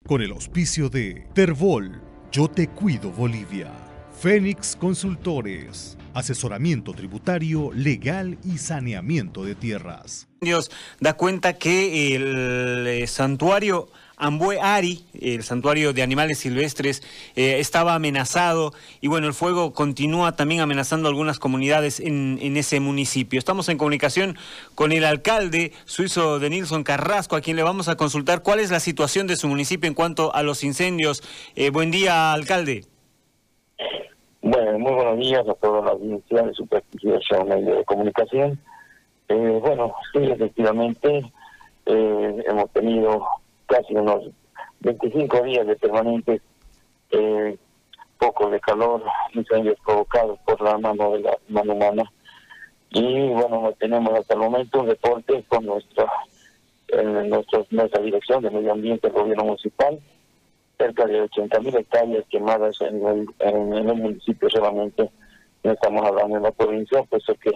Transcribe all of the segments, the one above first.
con el auspicio de Terbol, Yo Te Cuido Bolivia, Fénix Consultores, asesoramiento tributario, legal y saneamiento de tierras. Dios da cuenta que el santuario Ambué Ari, el santuario de animales silvestres, estaba amenazado y bueno, el fuego continúa también amenazando algunas comunidades en ese municipio. Estamos en comunicación con el alcalde suizo Denilson Carrasco, a quien le vamos a consultar cuál es la situación de su municipio en cuanto a los incendios. Buen día, alcalde. Bueno, muy buenos días a toda la audiencia de su prestigioso medio de comunicación. Bueno, sí, efectivamente, hemos tenido casi unos 25 días de permanentes pocos de calor, incendios provocados por la mano de la mano humana. Y bueno, tenemos hasta el momento un reporte con nuestra dirección de medio ambiente del gobierno municipal, cerca de 80.000 hectáreas quemadas en el municipio solamente, no estamos hablando de la provincia, puesto que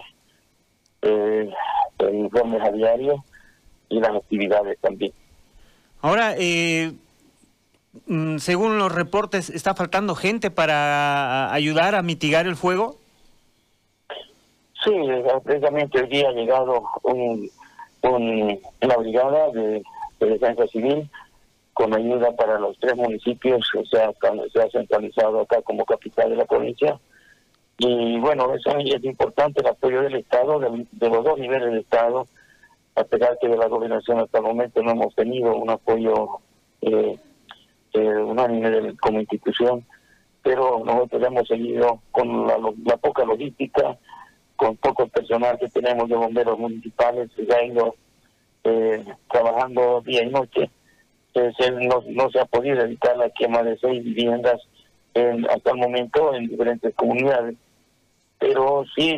el informe es a diario y las actividades también. Ahora, según los reportes, ¿está faltando gente para ayudar a mitigar el fuego? Sí, precisamente hoy día ha llegado una brigada de defensa civil con ayuda para los 3 municipios, se ha centralizado acá como capital de la provincia. Y bueno, eso es importante, el apoyo del Estado, de los 2 niveles del Estado, a pesar que de la gobernación hasta el momento no hemos tenido un apoyo unánime como institución, pero nosotros hemos seguido con la poca logística, con poco personal que tenemos de bomberos municipales, se ha ido trabajando día y noche. No se ha podido evitar la quema de 6 viviendas hasta el momento en diferentes comunidades, pero sí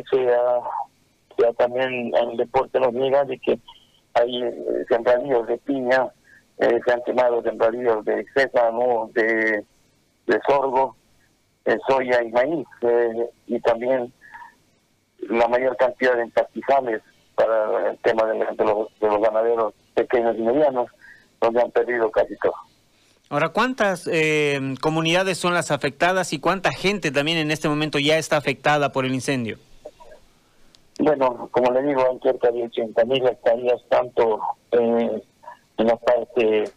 ya también el deporte nos niega de que hay sembradíos de piña, se han quemado sembradíos de sésamo, de sorgo, soya y maíz, y también la mayor cantidad de empastizales para el tema de los ganaderos pequeños y medianos, donde han perdido casi todo. Ahora, ¿cuántas comunidades son las afectadas y cuánta gente también en este momento ya está afectada por el incendio? Bueno, como le digo, hay cerca de 80.000 hectáreas, tanto en la parte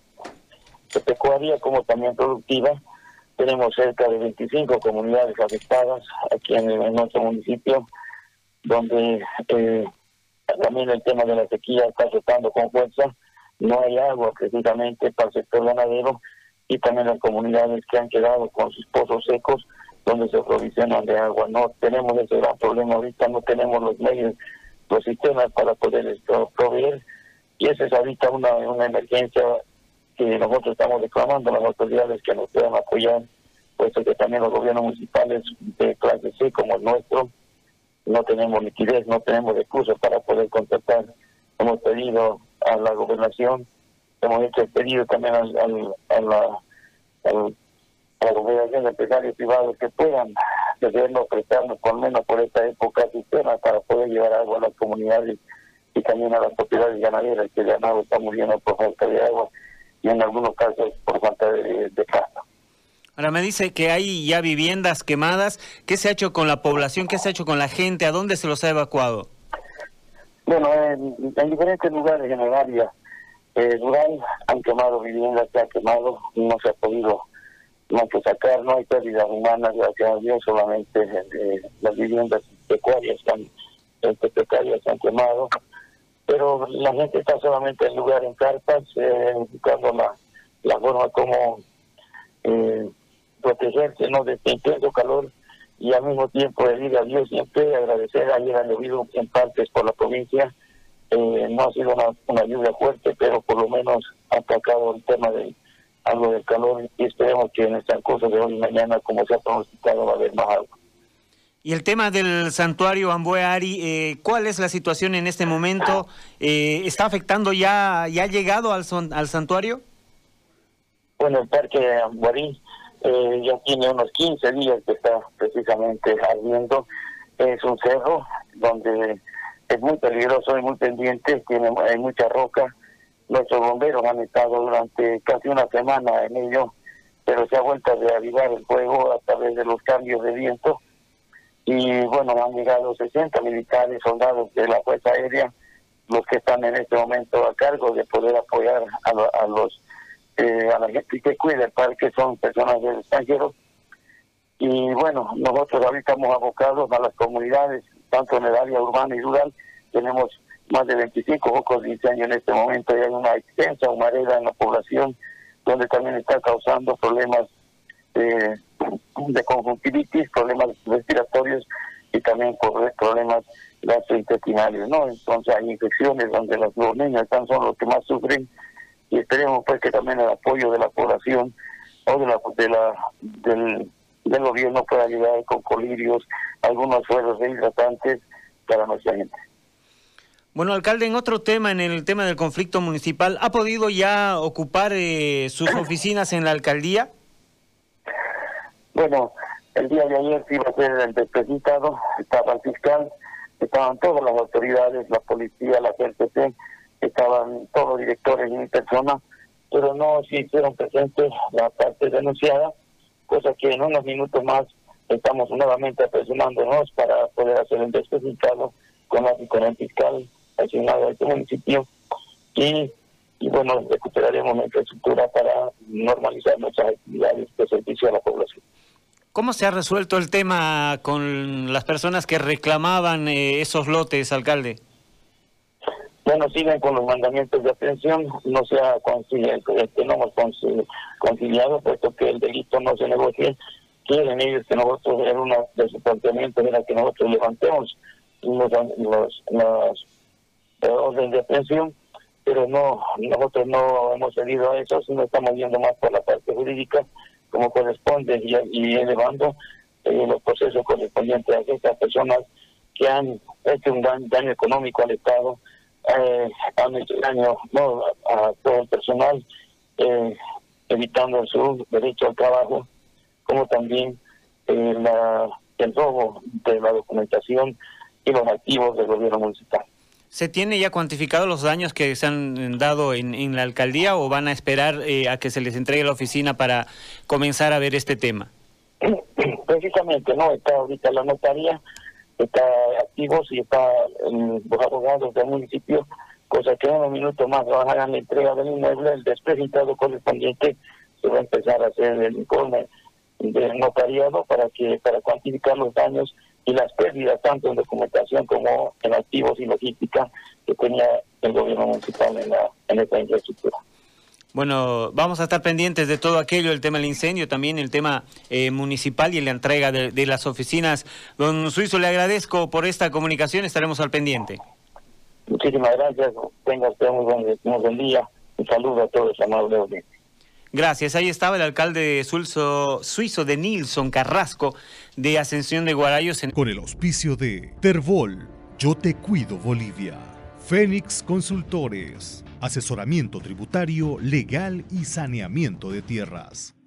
pecuaria como también productiva. Tenemos cerca de 25 comunidades afectadas aquí en nuestro municipio, donde también el tema de la sequía está afectando con fuerza. No hay agua precisamente para el sector ganadero y también las comunidades que han quedado con sus pozos secos donde se provisionan de agua. No tenemos ese gran problema ahorita, no tenemos los medios, los sistemas para poder proveer, y esa es ahorita una emergencia que nosotros estamos reclamando a las autoridades que nos puedan apoyar, puesto que también los gobiernos municipales de clase C como el nuestro no tenemos liquidez, no tenemos recursos para poder contratar. Hemos pedido a la gobernación, hemos hecho el pedido también a la gobernación de empresarios privados que puedan cedernos, prestarnos por menos por esta época sistemas para poder llevar agua a las comunidades y también a las propiedades ganaderas, que el ganado está muriendo por falta de agua y en algunos casos por falta de casa. Ahora me dice que hay ya viviendas quemadas. ¿Qué se ha hecho con la población? ¿Qué se ha hecho con la gente? ¿A dónde se los ha evacuado? Bueno, en diferentes lugares en el área rural han quemado viviendas, se ha quemado, no se ha podido más que sacar, no hay pérdidas humanas, gracias a Dios, solamente las viviendas pecuarias precarias se han quemado, pero la gente está solamente en lugar en carpas, buscando la forma como protegerse, ¿no?, de este intenso calor, y al mismo tiempo decirle a Dios siempre, agradecer. Ayer ha llovido en partes por la provincia, no ha sido una lluvia fuerte, pero por lo menos ha atacado el tema de algo del calor, y esperemos que en el transcurso de hoy y mañana, como se ha pronosticado, va a haber más agua. Y el tema del santuario Ambué Ari, ¿cuál es la situación en este momento? ¿Está afectando ya ha llegado al santuario? Bueno, el parque Ambué Ari ya tiene unos 15 días que está precisamente ardiendo. Es un cerro donde es muy peligroso y muy pendiente, hay mucha roca, nuestros bomberos han estado durante casi una semana en ello, pero se ha vuelto a reavivar el fuego a través de los cambios de viento. Y bueno, han llegado 60 militares, soldados de la Fuerza Aérea, los que están en este momento a cargo de poder apoyar a la gente que cuida el parque, son personas del extranjero. Y bueno, nosotros ahorita estamos abocados a las comunidades, tanto en el área urbana y rural. Tenemos más de 25 focos de incendio en este momento y hay una extensa humareda en la población, donde también está causando problemas de conjuntivitis, problemas respiratorios y también problemas gastrointestinales, ¿no? Entonces hay infecciones donde los niños son los que más sufren, y esperemos pues que también el apoyo de la población o del gobierno pueda ayudar con colirios, algunos suelos hidratantes para nuestra gente. Bueno, alcalde, en otro tema, en el tema del conflicto municipal, ¿ha podido ya ocupar sus oficinas en la alcaldía? Bueno, el día de ayer se iba a hacer el despresentado, estaba el fiscal, estaban todas las autoridades, la policía, la GNC, estaban todos los directores y mi persona, pero no se hicieron presentes la parte denunciada, cosa que en unos minutos más estamos nuevamente apresurándonos para poder hacer el despresentado con el fiscal asignado a este municipio y bueno, recuperaremos la infraestructura para normalizar nuestras actividades de servicio a la población. ¿Cómo se ha resuelto el tema con las personas que reclamaban esos lotes, alcalde? Bueno, siguen con los mandamientos de aprehensión, no se ha conciliado, puesto que el delito no se negocia. Quieren ellos que nosotros, en uno de sus planteamientos era que nosotros levantemos los orden de aprehensión, pero no, nosotros no hemos cedido a eso, sino estamos yendo más por la parte jurídica, como corresponde, y elevando los procesos correspondientes a estas personas que han hecho un daño económico al Estado, han hecho daño a todo el personal, evitando su derecho al trabajo, como también el robo de la documentación y los activos del gobierno municipal. ¿Se tiene ya cuantificado los daños que se han dado en la alcaldía o van a esperar a que se les entregue la oficina para comenzar a ver este tema? Precisamente, no, está ahorita la notaría, está activos y está los abogados del municipio, cosa que en unos minutos más hagan la entrega del inmueble, el despresentado correspondiente, se va a empezar a hacer el informe del notariado para cuantificar los daños y las pérdidas tanto en documentación como en activos y logística que tenía el gobierno municipal en esta infraestructura. Bueno, vamos a estar pendientes de todo aquello, el tema del incendio, también el tema municipal y la entrega de las oficinas. Don Suizo, le agradezco por esta comunicación, estaremos al pendiente. Muchísimas gracias, tenga usted muy buen día, un saludo a todos, amables oyentes. Gracias. Ahí estaba el alcalde suizo de Nilson Carrasco, de Ascensión de Guarayos. Con el auspicio de Tervol, Yo Te Cuido Bolivia. Fénix Consultores, asesoramiento tributario, legal y saneamiento de tierras.